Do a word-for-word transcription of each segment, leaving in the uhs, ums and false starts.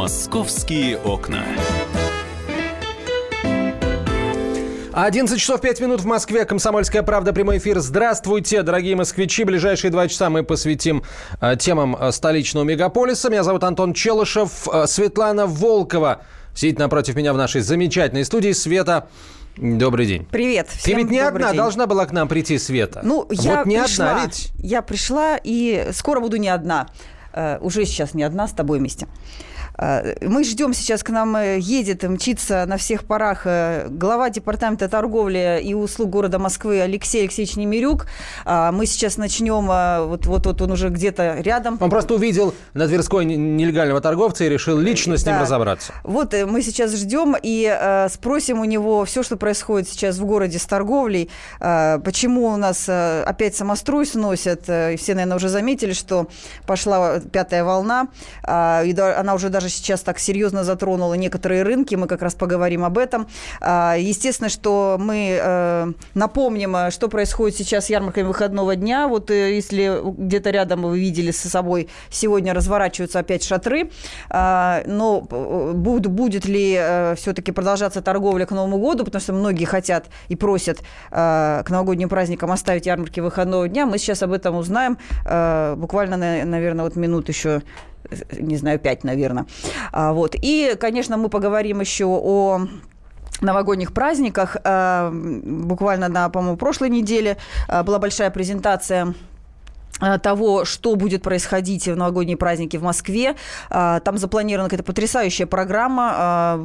«Московские окна». одиннадцать часов пять минут в Москве. «Комсомольская правда». Прямой эфир. Здравствуйте, дорогие москвичи. Ближайшие два часа мы посвятим э, темам э, столичного мегаполиса. Меня зовут Антон Челышев. Э, Светлана Волкова сидит напротив меня в нашей замечательной студии. Света, добрый день. Привет. Ты ведь не одна день. Должна была к нам прийти, Света. Ну, я вот не пришла, одна ведь. Я пришла, и скоро буду не одна. Uh, уже сейчас не одна, с тобой вместе. Uh, мы ждем сейчас, к нам едет, мчится на всех парах uh, глава департамента торговли и услуг города Москвы Алексей Алексеевич Немирюк. Uh, мы сейчас начнем, uh, вот, вот, вот он уже где-то рядом. Он просто увидел на Тверской нелегального торговца и решил лично с ним да. разобраться. Вот мы сейчас ждем и uh, спросим у него все, что происходит сейчас в городе с торговлей, uh, почему у нас uh, опять самострой сносят. Uh, все, наверное, уже заметили, что пошла пятая волна, uh, и да, она уже даже сейчас так серьезно затронула некоторые рынки, мы как раз поговорим об этом. Естественно, что мы напомним, что происходит сейчас с ярмаркой выходного дня. Вот если где-то рядом вы видели со собой, сегодня разворачиваются опять шатры, но будет ли все-таки продолжаться торговля к Новому году, потому что многие хотят и просят к новогодним праздникам оставить ярмарки выходного дня, мы сейчас об этом узнаем буквально, наверное, вот минут еще, не знаю, пять, наверное. А, вот. И, конечно, мы поговорим еще о новогодних праздниках. А, буквально на, по-моему, прошлой неделе а, была большая презентация того, что будет происходить в новогодние праздники в Москве. Там запланирована какая-то потрясающая программа.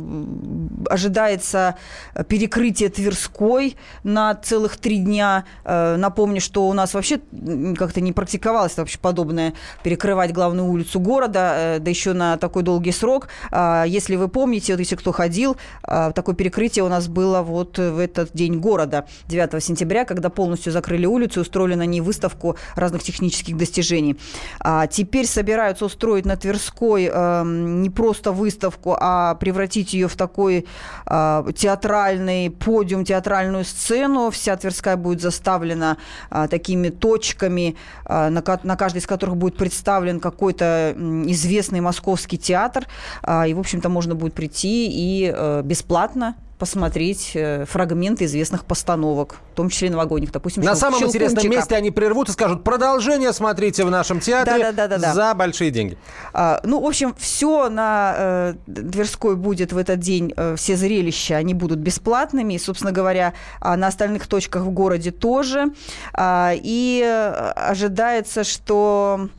Ожидается перекрытие Тверской на целых три дня. Напомню, что у нас вообще как-то не практиковалось вообще подобное, перекрывать главную улицу города, да еще на такой долгий срок. Если вы помните, вот если кто ходил, такое перекрытие у нас было вот в этот день города, девятого сентября, когда полностью закрыли улицу и устроили на ней выставку разных технических достижений. А теперь собираются устроить на Тверской э, не просто выставку, а превратить ее в такой э, театральный подиум, театральную сцену. Вся Тверская будет заставлена э, такими точками, э, на, на каждой из которых будет представлен какой-то э, известный московский театр. Э, и, в общем-то, можно будет прийти и э, бесплатно посмотреть фрагменты известных постановок, в том числе новогодних, допустим, на Щел- самом Щелкунчика. интересном месте они прервут и скажут: продолжение смотрите в нашем театре да, да, да, да, за да. большие деньги. А, ну, в общем, все на э, Тверской будет в этот день, э, все зрелища, они будут бесплатными, и, собственно говоря, а на остальных точках в городе тоже. А, и ожидается, что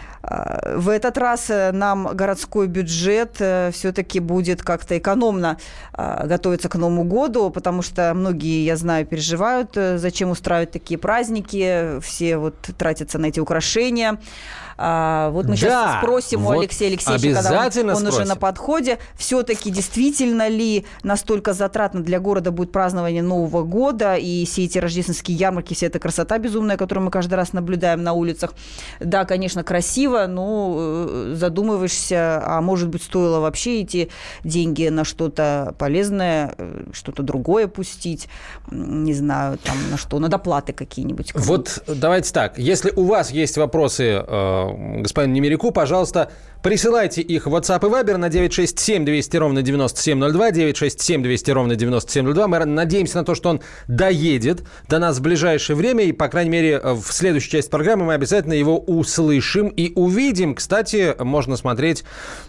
в этот раз нам городской бюджет все-таки будет как-то экономно готовиться к Новому году, потому что многие, я знаю, переживают, зачем устраивать такие праздники, все вот тратятся на эти украшения. А, вот мы да, сейчас спросим вот у Алексея Алексеевича, когда он, он уже на подходе, все-таки действительно ли настолько затратно для города будет празднование Нового года и все эти рождественские ярмарки, вся эта красота безумная, которую мы каждый раз наблюдаем на улицах. Да, конечно, красиво, но задумываешься, а может быть, стоило вообще эти деньги на что-то полезное, что-то другое пустить, не знаю, там на что, на доплаты какие-нибудь. Вот давайте так, если у вас есть вопросы господину Немирюку, пожалуйста, присылайте их в WhatsApp и Viber на девять шесть семь двести ровно девяносто семь ноль два, девять шесть семь двести ровно девяносто семь ноль два. Мы надеемся на то, что он доедет до нас в ближайшее время, и, по крайней мере, в следующей части программы мы обязательно его услышим и увидим. Кстати, можно смотреть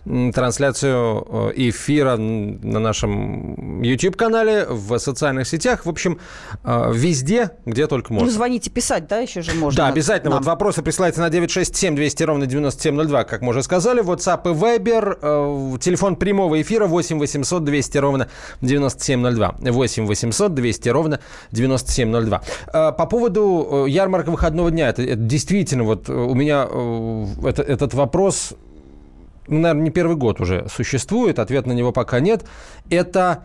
трансляцию эфира на нашем YouTube-канале, в социальных сетях, в общем, везде, где только можно. Ну, звоните, писать, да, еще же можно? Да, обязательно. Нам. Вот вопросы присылайте на девять шесть семь двести ровно девяносто семь ноль два, как мы уже сказали. WhatsApp и Viber. Э, телефон прямого эфира восемь восемьсот двести ровно девяносто семь ноль два. восемь восемьсот двести ровно девяносто семь ноль два. Э, по поводу э, ярмарки выходного дня. Это, это действительно, вот у меня э, это, этот вопрос, ну, наверное, не первый год уже существует. Ответа на него пока нет. Это...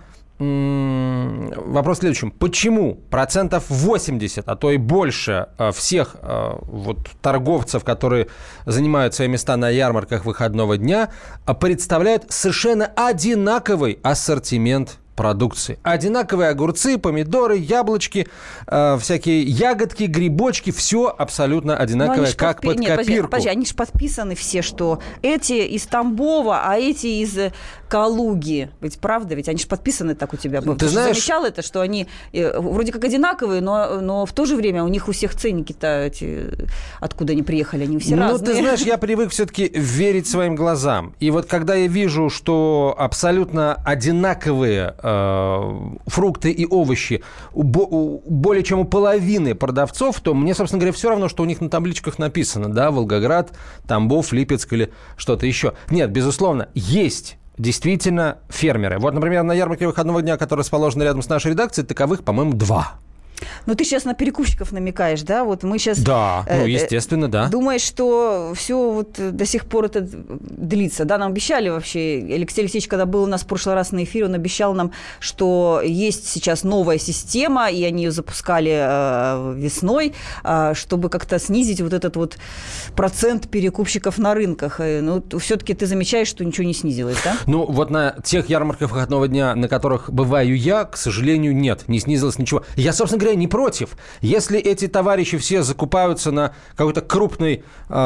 Вопрос в следующем. Почему процентов восемьдесят, а то и больше всех вот, торговцев, которые занимают свои места на ярмарках выходного дня, представляют совершенно одинаковый ассортимент продукции. Одинаковые огурцы, помидоры, яблочки, э, всякие ягодки, грибочки, все абсолютно одинаковое, как подпи... под Нет, копирку. Подожди, подожди, они же подписаны все, что эти из Тамбова, а эти из Калуги. Ведь правда? Ведь они же подписаны так у тебя. Ты, Ты знаешь... замечал это, что они э, вроде как одинаковые, но, но в то же время у них у всех ценники-то эти, откуда они приехали, они все ну, разные. Ну, ты знаешь, я привык все-таки верить своим глазам. И вот когда я вижу, что абсолютно одинаковые э, фрукты и овощи у, у, более чем у половины продавцов, то мне, собственно говоря, все равно, что у них на табличках написано, да, Волгоград, Тамбов, Липецк или что-то еще. Нет, безусловно, есть действительно фермеры. Вот, например, на ярмарке выходного дня, которая расположена рядом с нашей редакцией, таковых, по-моему, два. Ну, ты сейчас на перекупщиков намекаешь, да? Вот мы сейчас... Да, ну, естественно, да. Думаешь, что все вот до сих пор это длится, да? Нам обещали вообще, Алексей Алексеевич, когда был у нас в прошлый раз на эфире, он обещал нам, что есть сейчас новая система, и они ее запускали э, весной, э, чтобы как-то снизить вот этот вот процент перекупщиков на рынках. Ну, все-таки ты замечаешь, что ничего не снизилось, да? Ну, вот на тех ярмарках выходного дня, на которых бываю я, к сожалению, нет, не снизилось ничего. Я, собственно говоря, не против. Если эти товарищи все закупаются на какой-то крупной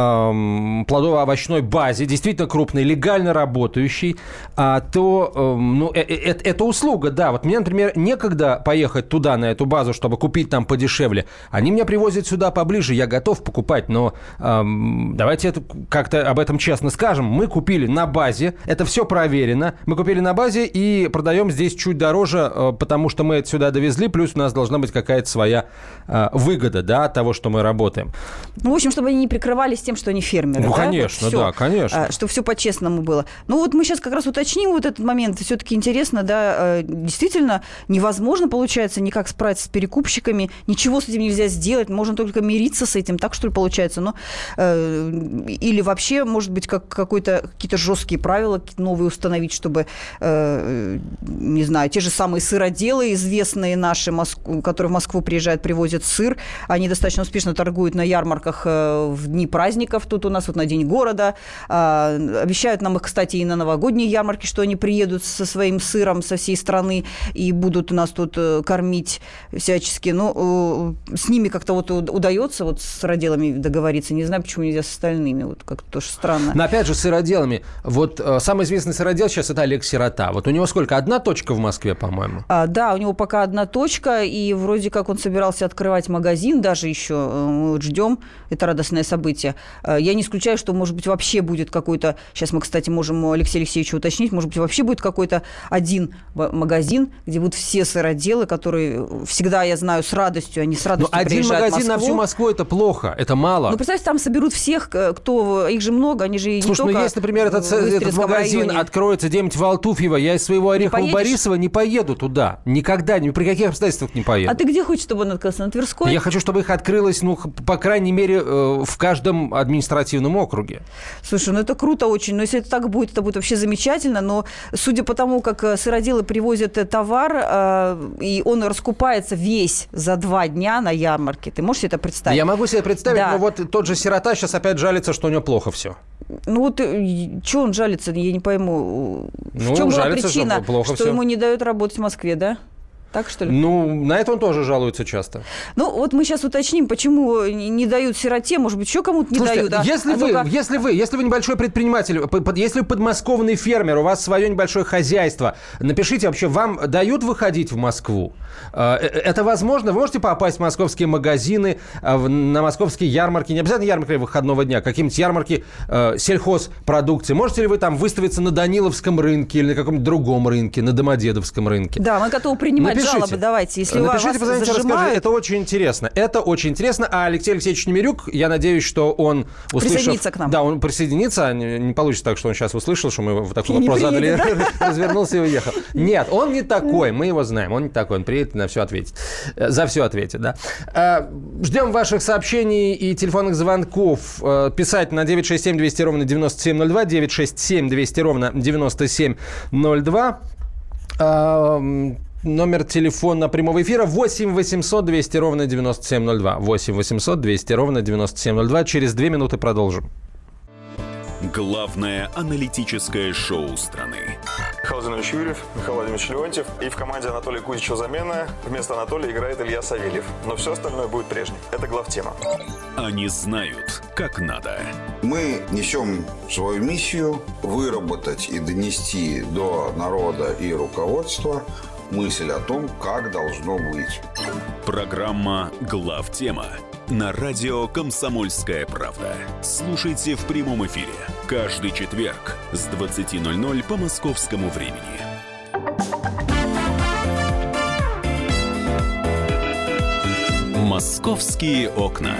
эм, плодово-овощной базе, действительно крупной, легально работающей, а, то эм, ну, э- э- это услуга, да. Вот мне, например, некогда поехать туда, на эту базу, чтобы купить там подешевле. Они меня привозят сюда поближе, я готов покупать, но эм, давайте это как-то об этом честно скажем. Мы купили на базе, это все проверено, мы купили на базе и продаем здесь чуть дороже, э, потому что мы это сюда довезли, плюс у нас должна быть какая-то своя э, выгода, да, от того, что мы работаем. Ну, в общем, чтобы они не прикрывались тем, что они фермеры. Ну, да? конечно, вот да, конечно. А, чтобы все по-честному было. Ну, вот мы сейчас как раз уточним вот этот момент. Все-таки интересно, да, действительно невозможно, получается, никак справиться с перекупщиками, ничего с этим нельзя сделать, можно только мириться с этим, так что ли получается? Ну, э, или вообще, может быть, как, какой-то, какие-то жесткие правила новые установить, чтобы, э, не знаю, те же самые сыроделы, известные наши, которые в Москву приезжают, привозят сыр. Они достаточно успешно торгуют на ярмарках в дни праздников. Тут у нас вот на День города. Обещают нам их, кстати, и на новогодние ярмарки, что они приедут со своим сыром со всей страны и будут у нас тут кормить всячески. Ну, с ними как-то вот удается вот с сыроделами договориться. Не знаю, почему нельзя с остальными. Вот как-то тоже странно. Но опять же, с сыроделами. Вот самый известный сыродел сейчас это Олег Сирота. Вот у него сколько? Одна точка в Москве, по-моему? А, да, у него пока одна точка, и вроде как он собирался открывать магазин даже еще. Мы вот ждем, это радостное событие. Я не исключаю, что, может быть, вообще будет какой-то... Сейчас мы, кстати, можем у Алексея Алексеевича уточнить. Может быть, вообще будет какой-то один магазин, где будут все сыроделы, которые всегда, я знаю, с радостью, они с радостью Но один приезжают магазин в Москву. на всю Москву – это плохо, это мало. Ну, представьте, там соберут всех, кто... Их же много, они же и Слушай, не только ну если, например, этот, этот магазин районе. Откроется где-нибудь в Алтуфьево, я из своего Орехово-Борисова не поеду туда. Никогда, ни при каких обстоятельствах не поеду. А ты где хочешь, чтобы он открылся? На Тверской? Я хочу, чтобы их открылось, ну, по крайней мере, в каждом административном округе. Слушай, ну это круто очень. Но если это так будет, это будет вообще замечательно. Но судя по тому, как сыроделы привозят товар, и он раскупается весь за два дня на ярмарке, ты можешь себе это представить? Я могу себе представить, да. но вот тот же Сирота сейчас опять жалится, что у него плохо все. Ну вот, что он жалится, я не пойму. Ну, в чем была жалится, причина, что, плохо что все. ему не дают работать в Москве, да? Так, что ли? Ну, на это он тоже жалуется часто. Ну, вот мы сейчас уточним, почему не дают сироте, может быть, еще кому-то не Слушайте, дают. А, если, а вы, только... если вы, если вы небольшой предприниматель, если вы подмосковный фермер, у вас свое небольшое хозяйство, напишите вообще, вам дают выходить в Москву? Это возможно? Вы можете попасть в московские магазины, на московские ярмарки, не обязательно ярмарки выходного дня, какие-нибудь ярмарки сельхозпродукции. Можете ли вы там выставиться на Даниловском рынке или на каком-нибудь другом рынке, на Домодедовском рынке? Да, мы готовы принимать Напишите. жалобы, давайте. Если Напишите, вас позвоните, зажимают... расскажите. Это очень интересно. Это очень интересно. А Алексей Алексеевич Немирюк, я надеюсь, что он услышав... Присоединится к нам. Да, он присоединится. Не, не получится так, что он сейчас услышал, что мы такой Не вопрос приедет, задали, да? развернулся и уехал. Нет, он не такой. Мы его знаем. Он не такой. Он приедет и на все ответит. За все ответит, да. Ждем ваших сообщений и телефонных звонков. Писать на девять шесть семь двести ровно девяносто семь ноль два, девять шесть семь двести ровно девяносто семь ноль два. Номер телефона прямого эфира восемь восемьсот двести ровно девяносто семь ноль два. восемь восемьсот двести ровно девяносто семь ноль два. Через две минуты продолжим. Главное аналитическое шоу страны. Михаил Владимирович Юрьев, Михаил Владимирович Леонтьев. И в команде Анатолия Кузичева замена. Вместо Анатолия играет Илья Савельев. Но все остальное будет прежним. Это главтема. Они знают, как надо. Мы несем свою миссию выработать и донести до народа и руководства мысль о том, как должно быть. Программа «Главтема» на радио «Комсомольская правда». Слушайте в прямом эфире каждый четверг с двадцати ноль-ноль по московскому времени. «Московские окна».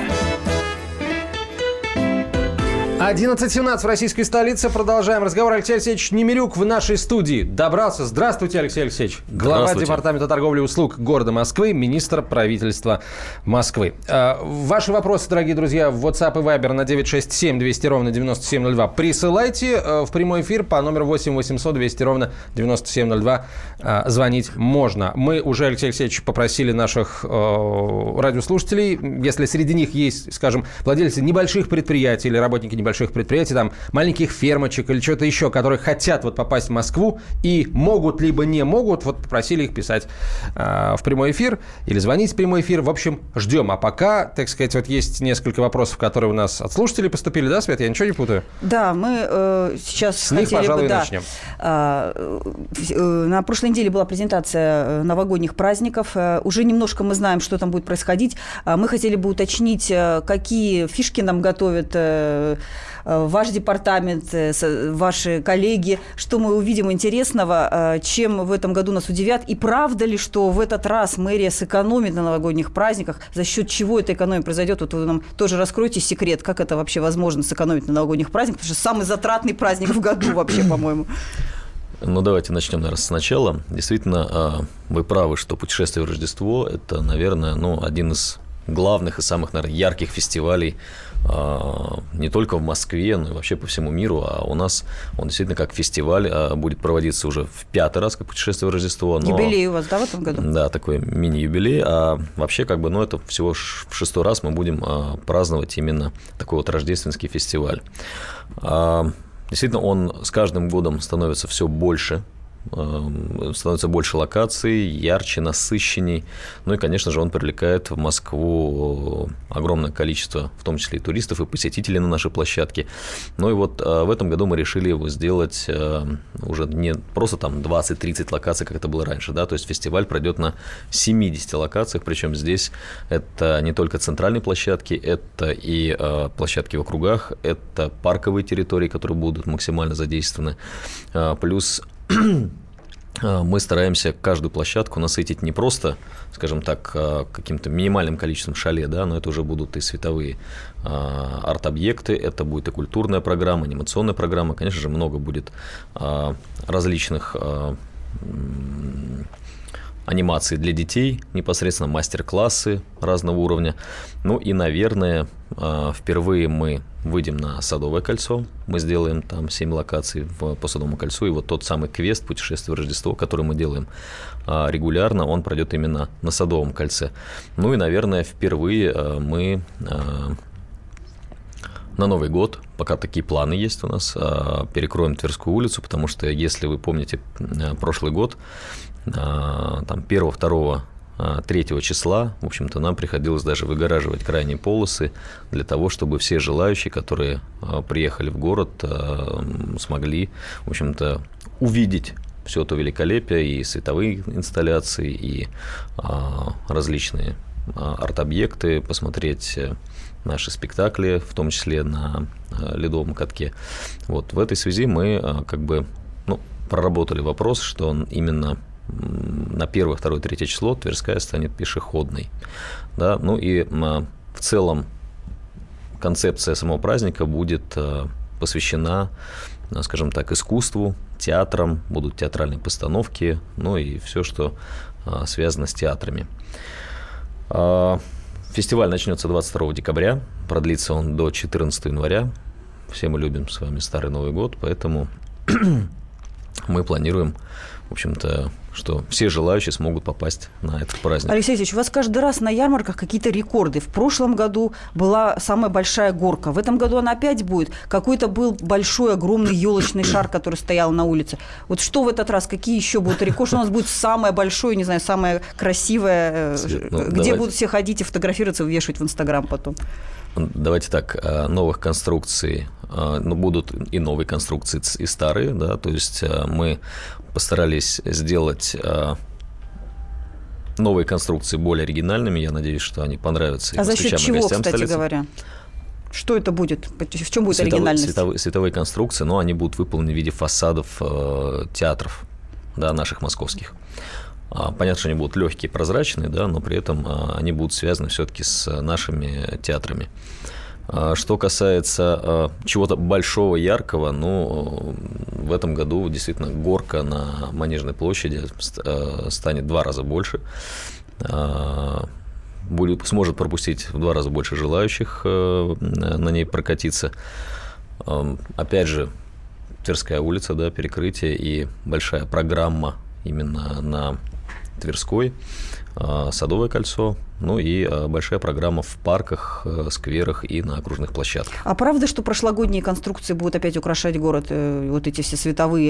одиннадцать семнадцать в российской столице. Продолжаем разговор. Алексей Алексеевич Немирюк в нашей студии добрался. Здравствуйте, Алексей Алексеевич. Глава Департамента торговли и услуг города Москвы, министр правительства Москвы. Ваши вопросы, дорогие друзья, в WhatsApp и Viber на девять шесть семь двести ровно девяносто семь ноль два присылайте. В прямой эфир по номеру восемь восемьсот двести ровно девяносто семь ноль два звонить можно. Мы уже, Алексей Алексеевич, попросили наших радиослушателей, если среди них есть, скажем, владельцы небольших предприятий или работники небольших предприятий, там, маленьких фермочек или что-то еще, которые хотят вот попасть в Москву и могут, либо не могут, вот попросили их писать э, в прямой эфир или звонить в прямой эфир. В общем, ждем. А пока, так сказать, вот есть несколько вопросов, которые у нас от слушателей поступили, да, Свет? Я ничего не путаю? Да, мы э, сейчас С хотели них, пожалуй, бы... Да, начнем. Э, э, на прошлой неделе была презентация новогодних праздников. Э, уже немножко мы знаем, что там будет происходить. Э, мы хотели бы уточнить, э, какие фишки нам готовят э, ваш департамент, ваши коллеги, что мы увидим интересного, чем в этом году нас удивят, и правда ли, что в этот раз мэрия сэкономит на новогодних праздниках, за счет чего эта экономия произойдет? Вот вы нам тоже раскройте секрет, как это вообще возможно сэкономить на новогодних праздниках, потому что самый затратный праздник в году вообще, по-моему. Ну, давайте начнем, наверное, сначала. Действительно, вы правы, что путешествие в Рождество – это, наверное, ну, один из главных и самых, наверное, ярких фестивалей не только в Москве, но и вообще по всему миру. А у нас он действительно как фестиваль будет проводиться уже в пятый раз, как путешествие в Рождество. Но... Юбилей у вас, да, в этом году? Да, такой мини-юбилей. А вообще, как бы, ну, это всего в шестой раз мы будем праздновать именно такой вот рождественский фестиваль. Действительно, он с каждым годом становится все больше. Становится больше локаций, ярче, насыщенней. Ну и, конечно же, он привлекает в Москву огромное количество, в том числе и туристов, и посетителей на нашей площадке. Ну и вот в этом году мы решили его сделать уже не просто там двадцать-тридцать локаций, как это было раньше, да, то есть фестиваль пройдет на семидесяти локациях, причем здесь это не только центральные площадки, это и площадки в округах, это парковые территории, которые будут максимально задействованы, плюс мы стараемся каждую площадку насытить не просто, скажем так, каким-то минимальным количеством шале, да, но это уже будут и световые арт-объекты, это будет и культурная программа, анимационная программа, конечно же, много будет различных анимации для детей, непосредственно мастер-классы разного уровня. Ну и, наверное, впервые мы выйдем на Садовое кольцо. Мы сделаем там семь локаций по Садовому кольцу. И вот тот самый квест «Путешествие в Рождество», который мы делаем регулярно, он пройдет именно на Садовом кольце. Ну и, наверное, впервые мы на Новый год, пока такие планы есть у нас, перекроем Тверскую улицу, потому что, если вы помните прошлый год, там первого, второго, третьего числа, в общем-то, нам приходилось даже выгораживать крайние полосы для того, чтобы все желающие, которые приехали в город, смогли, в общем-то, увидеть все то великолепие, и световые инсталляции, и различные арт-объекты, посмотреть наши спектакли, в том числе на ледовом катке. Вот в этой связи мы как бы, ну, проработали вопрос, что он именно на первое, второе, третье число Тверская станет пешеходной. Да? Ну и в целом концепция самого праздника будет посвящена, скажем так, искусству, театрам, будут театральные постановки, ну и все, что связано с театрами. Фестиваль начнется двадцать второго декабря, продлится он до четырнадцатого января. Все мы любим с вами Старый Новый год, поэтому мы планируем, в общем-то, что все желающие смогут попасть на этот праздник. Алексей Алексеевич, у вас каждый раз на ярмарках какие-то рекорды. В прошлом году была самая большая горка. В этом году она опять будет. Какой-то был большой, огромный елочный шар, который стоял на улице. Вот что в этот раз? Какие еще будут рекорды? Что у нас будет самое большое, не знаю, самое красивое? Ну, где давайте. Будут все ходить и фотографироваться, вешать в Инстаграм потом? Давайте так, новых конструкций, ну, будут и новые конструкции, и старые, да, то есть мы постарались сделать новые конструкции более оригинальными, я надеюсь, что они понравятся. А за счет чего, кстати столицы. говоря? Что это будет? В чем будет Световые, оригинальность? Световые, световые конструкции, но они будут выполнены в виде фасадов э, театров, да, наших московских. Понятно, что они будут легкие, прозрачные, да, но при этом они будут связаны все-таки с нашими театрами. Что касается чего-то большого, яркого, ну, в этом году действительно горка на Манежной площади станет в два раза больше. Будет, сможет пропустить в два раза больше желающих на ней прокатиться. Опять же, Тверская улица, да, перекрытие и большая программа именно на Тверской, Садовое кольцо, ну и большая программа в парках, скверах и на окружных площадках. А правда, что прошлогодние конструкции будут опять украшать город, вот эти все световые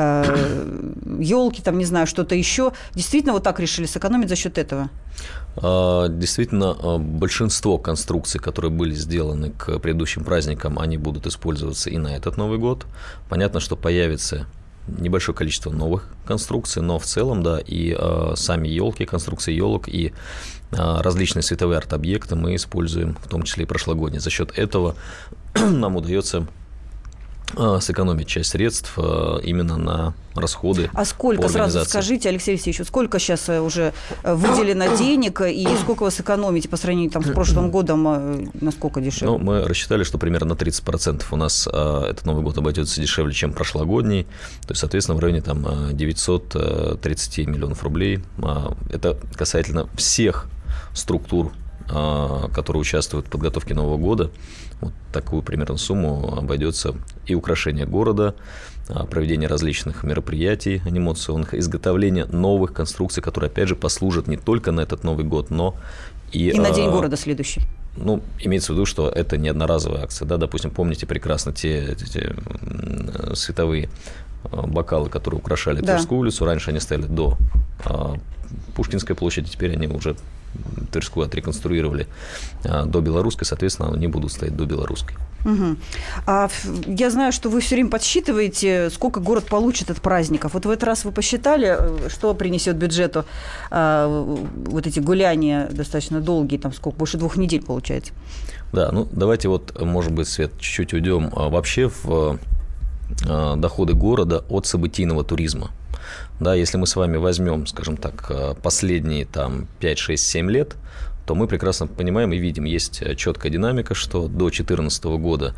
елки, там, не знаю, что-то еще? Действительно вот так решили сэкономить за счет этого? Действительно, большинство конструкций, которые были сделаны к предыдущим праздникам, они будут использоваться и на этот Новый год. Понятно, что появится небольшое количество новых конструкций, но в целом, да, и э, сами елки, конструкции елок и э, различные световые арт-объекты мы используем, в том числе и прошлогодние. За счет этого нам удается э, сэкономить часть средств э, именно на расходы. А сколько, сразу скажите, Алексей Алексеевич, сколько сейчас уже выделено денег и сколько вы сэкономите по сравнению там, с прошлым годом, насколько дешевле? Ну, мы рассчитали, что примерно на тридцать процентов у нас э, этот Новый год обойдется дешевле, чем прошлогодний, то есть, соответственно, в районе там, девятьсот тридцать миллионов рублей. Это касательно всех структур, э, которые участвуют в подготовке Нового года. Вот такую примерно сумму обойдется и украшение города, проведение различных мероприятий анимационных, изготовление новых конструкций, которые, опять же, послужат не только на этот Новый год, но и... И на День города следующий. Ну, имеется в виду, что это не одноразовая акция, да, допустим, помните прекрасно те, те, те световые бокалы, которые украшали да. Тверскую улицу, раньше они стояли до Пушкинской площади, теперь они уже Тверскую отреконструировали до Белорусской, соответственно, они будут стоять до Белорусской. Угу. А я знаю, что вы все время подсчитываете, сколько город получит от праздников. Вот в этот раз вы посчитали, что принесет бюджету а, вот эти гуляния достаточно долгие, там сколько, больше двух недель получается? Да, ну давайте вот, может быть, Свет, чуть-чуть уйдем вообще в доходы города от событийного туризма. Да, если мы с вами возьмем, скажем так, последние там, пять, шесть, семь лет, то мы прекрасно понимаем и видим, есть четкая динамика, что до две тысячи четырнадцатого года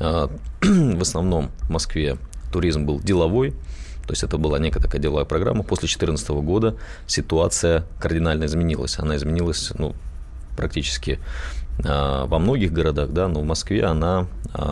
в основном в Москве туризм был деловой, то есть это была некая такая деловая программа. После две тысячи четырнадцатого года ситуация кардинально изменилась. Она изменилась ну, практически во многих городах, да, но в Москве она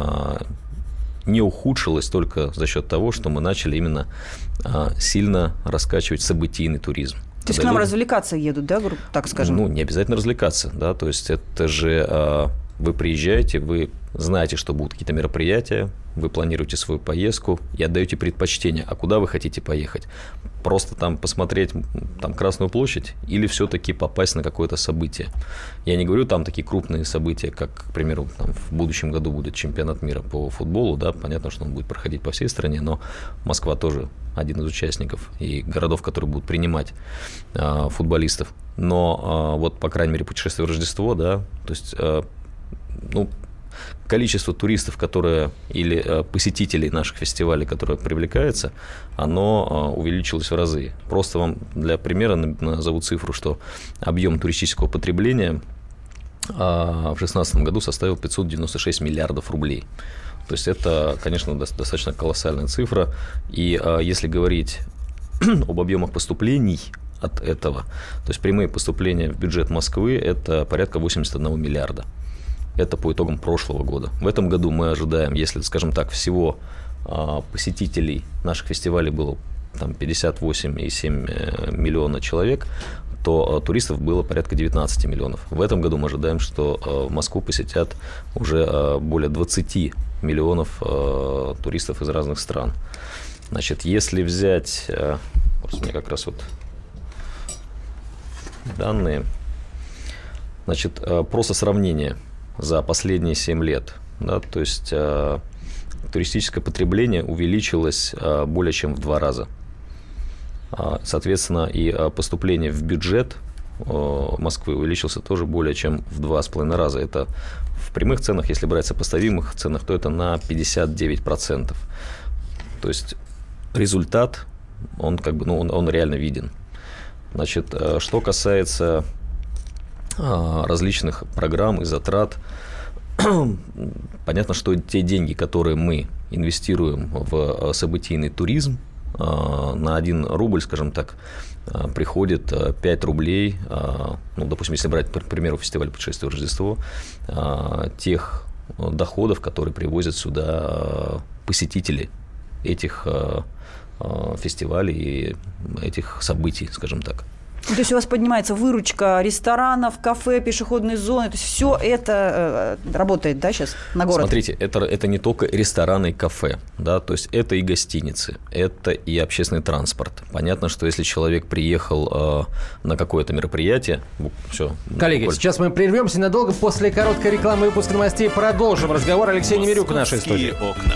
не ухудшилась только за счет того, что мы начали именно сильно раскачивать событийный туризм. То есть к нам люди... развлекаться едут, да, так скажем? Ну, не обязательно развлекаться, да, то есть это же вы приезжаете, вы знаете, что будут какие-то мероприятия, вы планируете свою поездку и отдаете предпочтение, а куда вы хотите поехать? Просто там посмотреть там, Красную площадь или все-таки попасть на какое-то событие? Я не говорю там такие крупные события, как, к примеру, там, в будущем году будет чемпионат мира по футболу, да, понятно, что он будет проходить по всей стране, но Москва тоже один из участников и городов, которые будут принимать э, футболистов. Но э, вот, по крайней мере, путешествие в Рождество, да, то есть, э, ну, количество туристов, которые или э, посетителей наших фестивалей, которые привлекается, оно э, увеличилось в разы. Просто вам для примера назову цифру, что объем туристического потребления э, в две тысячи шестнадцатом году составил пятьсот девяносто шесть миллиардов рублей. То есть это, конечно, достаточно колоссальная цифра. И э, если говорить об объемах поступлений от этого, то есть прямые поступления в бюджет Москвы – это порядка восемьдесят один миллиарда. Это по итогам прошлого года. В этом году мы ожидаем, если, скажем так, всего посетителей наших фестивалей было там, пятьдесят восемь целых семь миллиона человек, то туристов было порядка девятнадцать миллионов. В этом году мы ожидаем, что Москву посетят уже более двадцать миллионов туристов из разных стран. Значит, если взять, просто у меня как раз вот данные, значит, просто сравнение за последние семь лет, да, то есть туристическое потребление увеличилось более чем в два раза. Соответственно, и поступление в бюджет Москвы увеличился тоже более чем в два с половиной раза. Это в прямых ценах, если брать сопоставимых ценах, то это на пятьдесят девять процентов. То есть результат, он, как бы, ну, он, он реально виден. Значит, что касается различных программ и затрат, понятно, что те деньги, которые мы инвестируем в событийный туризм, на один рубль, скажем так, приходит пять рублей, ну, допустим, если брать, к примеру, фестиваль «Путешествие в Рождество», тех доходов, которые привозят сюда посетители этих фестивалей и этих событий, скажем так. То есть у вас поднимается выручка ресторанов, кафе, пешеходные зоны, то есть все это э, работает, да, сейчас на город? Смотрите, это, это не только рестораны и кафе, да, то есть это и гостиницы, это и общественный транспорт. Понятно, что если человек приехал э, на какое-то мероприятие, все. Коллеги, буквально... сейчас мы прервемся надолго, после короткой рекламы и выпуска новостей продолжим разговор. Алексей Немирюк в нашей студии. Окна.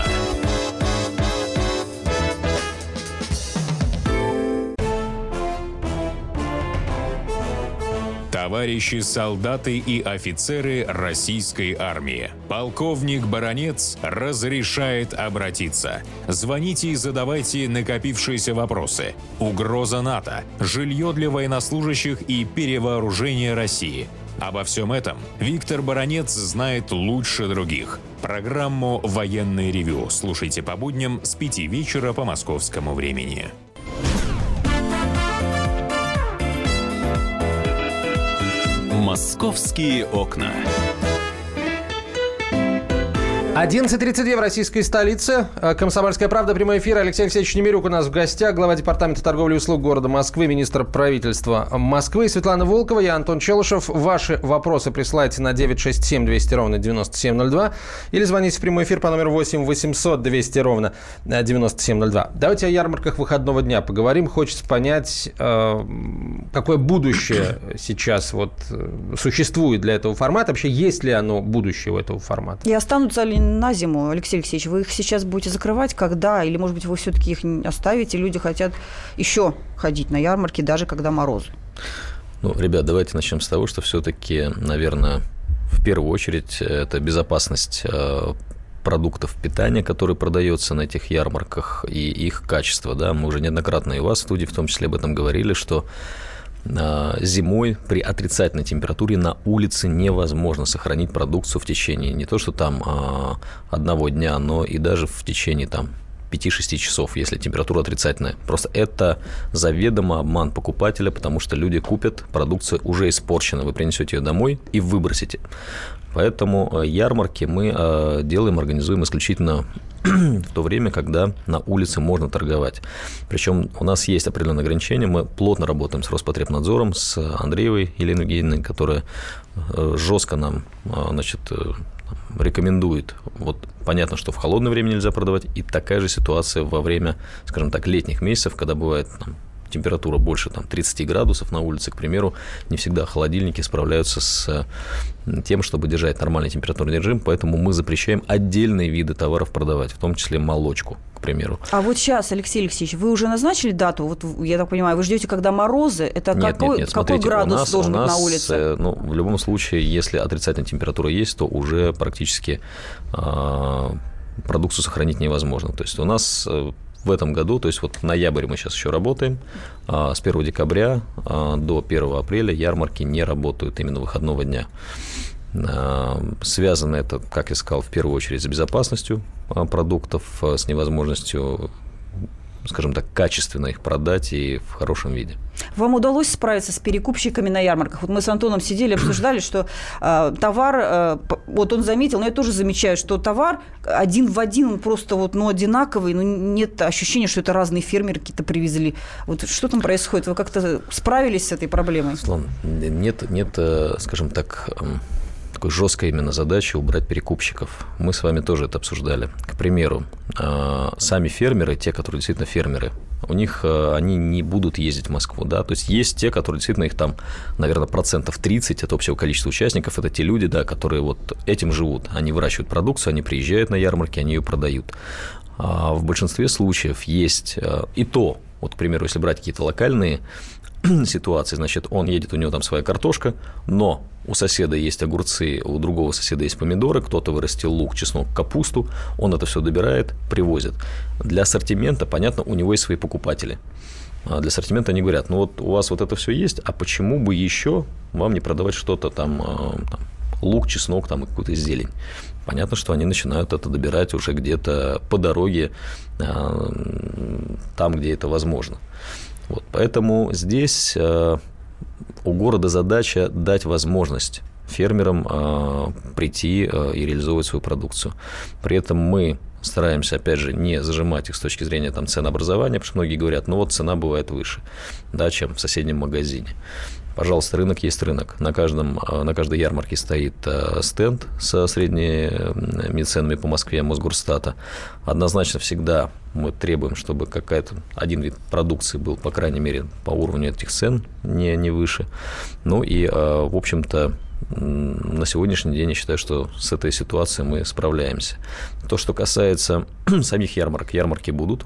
Товарищи солдаты и офицеры российской армии. Полковник Баранец разрешает обратиться. Звоните и задавайте накопившиеся вопросы. Угроза НАТО, жилье для военнослужащих и перевооружение России. Обо всем этом Виктор Баранец знает лучше других. Программу «Военное ревю» слушайте по будням с пяти вечера по московскому времени. «Московские окна». одиннадцать тридцать две в российской столице. «Комсомольская правда», прямой эфир. Алексей Алексеевич Немирюк у нас в гостях, глава департамента торговли и услуг города Москвы, министр правительства Москвы. Светлана Волкова, я Антон Челышев. Ваши вопросы присылайте на девять шесть семь двести ровно девяносто семь ноль два или звоните в прямой эфир по номеру восемь восемьсот двести ровно девяносто семь ноль два. Давайте о ярмарках выходного дня поговорим. Хочется понять, какое будущее сейчас вот существует для этого формата. Вообще, есть ли оно будущее у этого формата? И останутся ли на зиму, Алексей Алексеевич, вы их сейчас будете закрывать, когда? Или, может быть, вы все-таки их оставите? Люди хотят еще ходить на ярмарки, даже когда морозы. Ну, ребят, давайте начнем с того, что все-таки, наверное, в первую очередь это безопасность продуктов питания, которые продаются на этих ярмарках, и их качество. Да? Мы уже неоднократно и у вас в студии в том числе об этом говорили, что зимой при отрицательной температуре на улице невозможно сохранить продукцию в течение не то что там одного дня, но и даже в течение там пяти-шести часов, если температура отрицательная. Просто это заведомо обман покупателя, потому что люди купят продукцию уже испорченную, вы принесете ее домой и выбросите. Поэтому ярмарки мы делаем, организуем исключительно в то время, когда на улице можно торговать. Причем у нас есть определенные ограничения. Мы плотно работаем с Роспотребнадзором, с Андреевой Еленой Евгеньевной, которая жестко нам, значит, рекомендует. Вот понятно, что в холодное время нельзя продавать, и такая же ситуация во время, скажем так, летних месяцев, когда бывает там температура больше там, тридцать градусов на улице, к примеру, не всегда холодильники справляются с тем, чтобы держать нормальный температурный режим, поэтому мы запрещаем отдельные виды товаров продавать, в том числе молочку, к примеру. А вот сейчас, Алексей Алексеевич, вы уже назначили дату? Вот я так понимаю, вы ждете, когда морозы? Это нет, какой, нет, нет. Смотрите, какой градус нас, должен нас, быть на улице? Ну, в любом случае, если отрицательная температура есть, то уже практически э, продукцию сохранить невозможно. То есть у нас в этом году, то есть вот ноябрь мы сейчас еще работаем, с первого декабря до первого апреля ярмарки не работают именно выходного дня. Связано это, как я сказал, в первую очередь с безопасностью продуктов, с невозможностью скажем так, качественно их продать и в хорошем виде. Вам удалось справиться с перекупщиками на ярмарках? Вот мы с Антоном сидели, обсуждали, что э, товар, э, вот он заметил, но я тоже замечаю, что товар один в один, он просто вот, ну, одинаковый, ну, нет ощущения, что это разные фермеры какие-то привезли. Вот что там происходит? Вы как-то справились с этой проблемой? Слон, нет, нет, скажем так, такой жесткой именно задачи убрать перекупщиков. Мы с вами тоже это обсуждали. К примеру, сами фермеры, те, которые действительно фермеры, у них они не будут ездить в Москву, да, то есть есть те, которые действительно, их там, наверное, процентов тридцать от общего количества участников, это те люди, да, которые вот этим живут, они выращивают продукцию, они приезжают на ярмарки, они ее продают. А в большинстве случаев есть и то, вот, к примеру, если брать какие-то локальные ситуации, значит, он едет, у него там своя картошка, но у соседа есть огурцы, у другого соседа есть помидоры, кто-то вырастил лук, чеснок, капусту, он это все добирает, привозит. Для ассортимента, понятно, у него есть свои покупатели. А для ассортимента они говорят, ну вот у вас вот это все есть, а почему бы еще вам не продавать что-то там, там лук, чеснок там, и какую-то зелень? Понятно, что они начинают это добирать уже где-то по дороге, там, где это возможно. Вот, поэтому здесь э, у города задача дать возможность фермерам э, прийти э, и реализовывать свою продукцию. При этом мы стараемся, опять же, не зажимать их с точки зрения там, ценообразования, потому что многие говорят, ну вот цена бывает выше, да, чем в соседнем магазине. Пожалуйста, рынок есть рынок. На, каждом, на каждой ярмарке стоит стенд со средними ценами по Москве Мосгорстата. Однозначно всегда мы требуем, чтобы какой-то один вид продукции был, по крайней мере, по уровню этих цен, не, не выше. Ну и, в общем-то, на сегодняшний день я считаю, что с этой ситуацией мы справляемся. То, что касается самих ярмарок, ярмарки будут.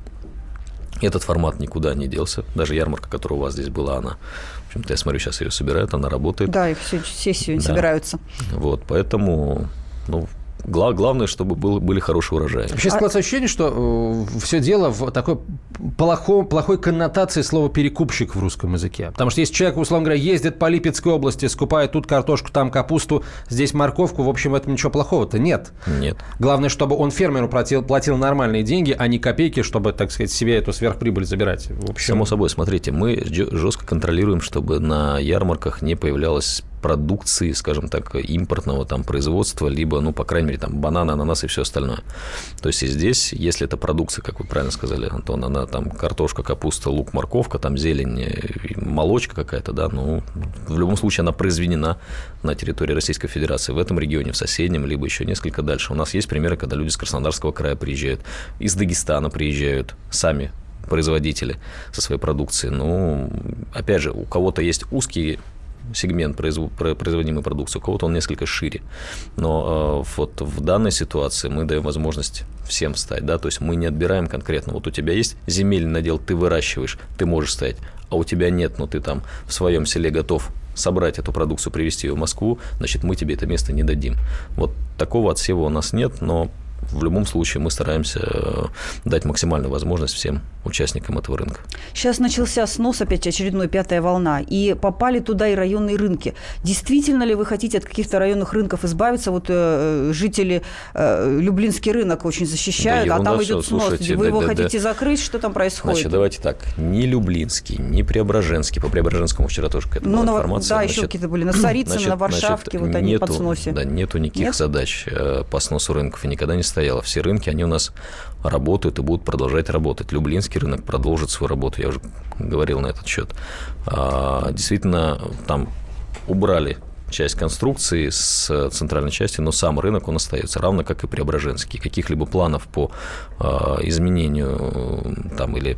Этот формат никуда не делся. Даже ярмарка, которая у вас здесь была, она, в общем-то, я смотрю, сейчас ее собирают, она работает. Да, их все, все сегодня да. собираются. Вот, поэтому, ну, Гла- главное, чтобы был, были хорошие урожаи. Вообще складывается ощущение, что э, все дело в такой плохой, плохой коннотации слова «перекупщик» в русском языке. Потому что если человек, условно говоря, ездит по Липецкой области, скупает тут картошку, там капусту, здесь морковку, в общем, в этом ничего плохого-то нет. Нет. Главное, чтобы он фермеру платил, платил нормальные деньги, а не копейки, чтобы, так сказать, себе эту сверхприбыль забирать. В общем... Само собой, смотрите, мы жестко контролируем, чтобы на ярмарках не появлялось продукции, скажем так, импортного там производства, либо, ну, по крайней мере, там бананы, ананасы и все остальное. То есть и здесь, если это продукция, как вы правильно сказали, Антон, она там картошка, капуста, лук, морковка, там зелень, молочка какая-то, да, ну, в любом случае она произведена на территории Российской Федерации, в этом регионе, в соседнем, либо еще несколько дальше. У нас есть примеры, когда люди с Краснодарского края приезжают, из Дагестана приезжают сами производители со своей продукцией. Ну, опять же, у кого-то есть узкие сегмент производимой продукции, у кого-то он несколько шире. Но э, вот в данной ситуации мы даем возможность всем встать, да, то есть мы не отбираем конкретно, вот у тебя есть земельный надел, ты выращиваешь, ты можешь стоять, а у тебя нет, но ты там в своем селе готов собрать эту продукцию, привезти ее в Москву, значит, мы тебе это место не дадим. Вот такого отсева у нас нет, но в любом случае мы стараемся дать максимальную возможность всем участникам этого рынка. Сейчас начался снос, опять очередной, пятая волна, и попали туда и районные рынки. Действительно ли вы хотите от каких-то районных рынков избавиться? Вот э, жители э, Люблинский рынок очень защищают, да, а там идет снос. Слушайте, вы да, его да, хотите да. закрыть? Что там происходит? Значит, давайте так. Ни Люблинский, ни Преображенский. По Преображенскому вчера тоже какая-то ну, была на, информация. Да, значит, еще какие-то были. На Царицыно, на Варшавке, вот они нету, под сносе. Да, нету никаких Нет? задач э, по сносу рынков и никогда не стояло. Все рынки, они у нас работают и будут продолжать работать. Люблинский рынок продолжит свою работу, я уже говорил на этот счет. А, действительно, там убрали часть конструкции с центральной части, но сам рынок, он остается, равно как и Преображенский. Каких-либо планов по а, изменению там или...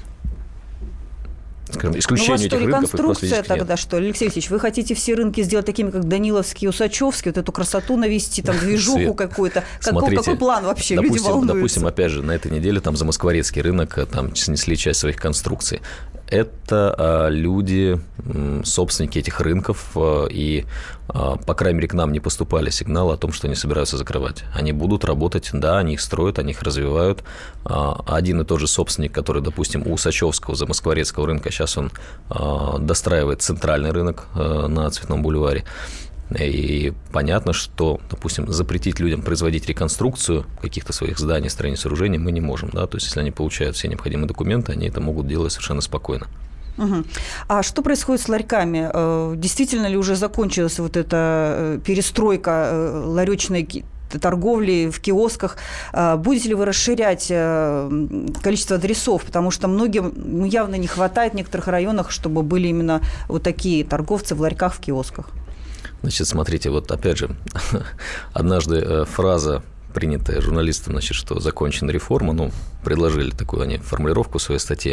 скажем, исключению этих рынков. Ну, у вас что, реконструкция тогда, что ли? Алексей Алексеевич, вы хотите все рынки сделать такими, как Даниловский, Усачевский, вот эту красоту навести, там, движуху какую-то? Какой, какой план вообще? Допустим, Люди волнуются. Допустим, опять же, на этой неделе там Замоскворецкий рынок там снесли часть своих конструкций. Это а, люди, собственники этих рынков, а, и, а, по крайней мере, к нам не поступали сигналы о том, что они собираются закрывать. Они будут работать, да, они их строят, они их развивают. А, один и тот же собственник, который, допустим, у Усачевского, Замоскворецкого рынка, сейчас он а, достраивает центральный рынок а, на Цветном бульваре. И понятно, что, допустим, запретить людям производить реконструкцию каких-то своих зданий, строений, сооружений мы не можем. Да? То есть, если они получают все необходимые документы, они это могут делать совершенно спокойно. Угу. А что происходит с ларьками? Действительно ли уже закончилась вот эта перестройка ларечной торговли в киосках? Будете ли вы расширять количество адресов? Потому что многим явно не хватает в некоторых районах, чтобы были именно вот такие торговцы в ларьках, в киосках. Значит, смотрите, вот опять же, однажды фраза, принятая журналистом, значит, что закончена реформа, ну, предложили такую они формулировку в своей статье,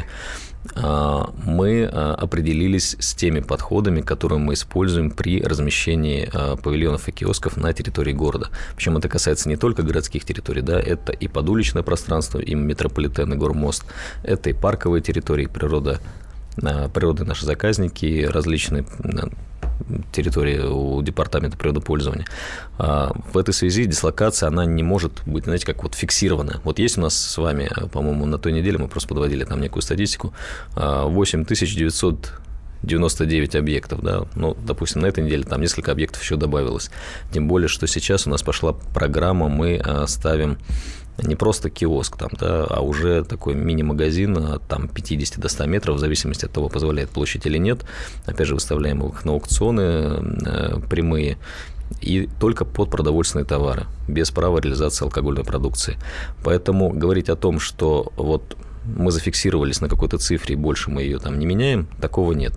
мы определились с теми подходами, которые мы используем при размещении павильонов и киосков на территории города. Причем это касается не только городских территорий, да, это и подуличное пространство, и метрополитен, и гормост, это и парковые территории, природа, природы наши заказники, различные территории у департамента природопользования. В этой связи дислокация, она не может быть, знаете, как вот фиксированная. Вот есть у нас с вами, по-моему, на той неделе мы просто подводили там некую статистику, восемь тысяч девятьсот девяносто девять объектов, да, ну, допустим, на этой неделе там несколько объектов еще добавилось. Тем более, что сейчас у нас пошла программа, мы ставим не просто киоск, там, да, а уже такой мини-магазин от там, пятьдесят до ста метров, в зависимости от того, позволяет площадь или нет. Опять же, выставляем их на аукционы э, прямые и только под продовольственные товары, без права реализации алкогольной продукции. Поэтому говорить о том, что вот мы зафиксировались на какой-то цифре, и больше мы ее там не меняем, такого нет.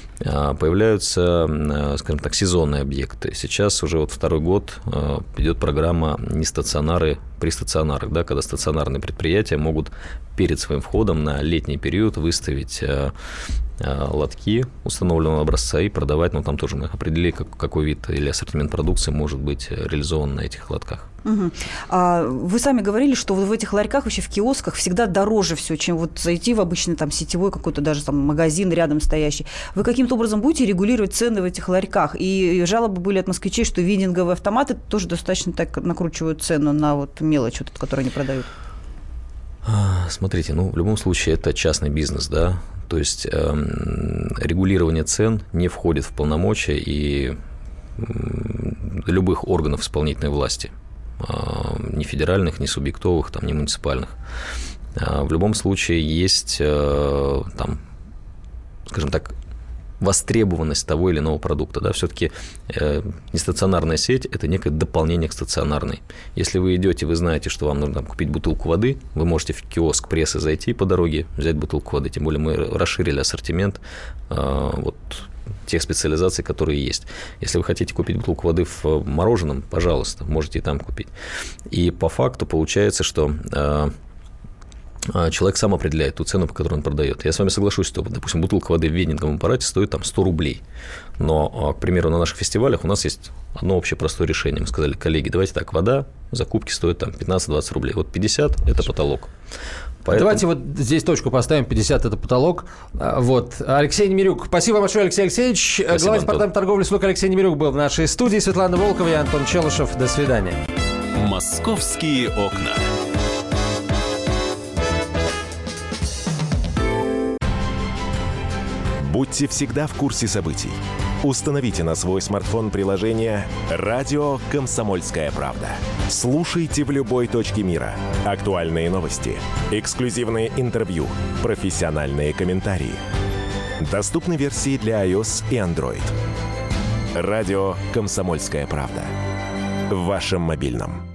Появляются, скажем так, сезонные объекты. Сейчас уже вот второй год идет программа не стационары при стационарах, да, когда стационарные предприятия могут перед своим входом на летний период выставить лотки установленного образца и продавать, но там тоже мы определили, какой вид или ассортимент продукции может быть реализован на этих лотках. Угу. А вы сами говорили, что вот в этих ларьках, вообще в киосках всегда дороже все, чем вот зайти в обычный там сетевой какой-то даже там магазин рядом стоящий. Вы каким-то образом будете регулировать цены в этих ларьках? И жалобы были от москвичей, что вендинговые автоматы тоже достаточно так накручивают цену на вот мелочь, вот, которую они продают. Смотрите, ну, в любом случае, это частный бизнес, да, то есть э, регулирование цен не входит в полномочия и любых органов исполнительной власти, э, ни федеральных, ни субъектовых, там, ни муниципальных. Э, в любом случае есть, э, там, скажем так, востребованность того или иного продукта. Да? Все-таки э, нестационарная сеть – это некое дополнение к стационарной. Если вы идете, вы знаете, что вам нужно там, купить бутылку воды, вы можете в киоск прессы зайти по дороге, взять бутылку воды. Тем более мы расширили ассортимент э, вот, тех специализаций, которые есть. Если вы хотите купить бутылку воды в мороженом, пожалуйста, можете и там купить. И по факту получается, что э, человек сам определяет ту цену, по которой он продает. Я с вами соглашусь, что, допустим, бутылка воды в вендинговом аппарате стоит там сто рублей. Но, к примеру, на наших фестивалях у нас есть одно общее простое решение. Мы сказали, коллеги, давайте так, вода, закупки стоят там пятнадцать-двадцать рублей. Вот пятьдесят – это потолок. Поэтому... Давайте вот здесь точку поставим, пятьдесят – это потолок. Вот. Алексей Немирюк. Спасибо большое, Алексей Алексеевич. Спасибо, глава департамента торговли и услуг Алексей Немирюк был в нашей студии. Светлана Волкова и Антон Челышев. До свидания. «Московские окна». Будьте всегда в курсе событий. Установите на свой смартфон приложение «Радио Комсомольская правда». Слушайте в любой точке мира. Актуальные новости, эксклюзивные интервью, профессиональные комментарии. Доступны версии для iOS и Android. «Радио Комсомольская правда». В вашем мобильном.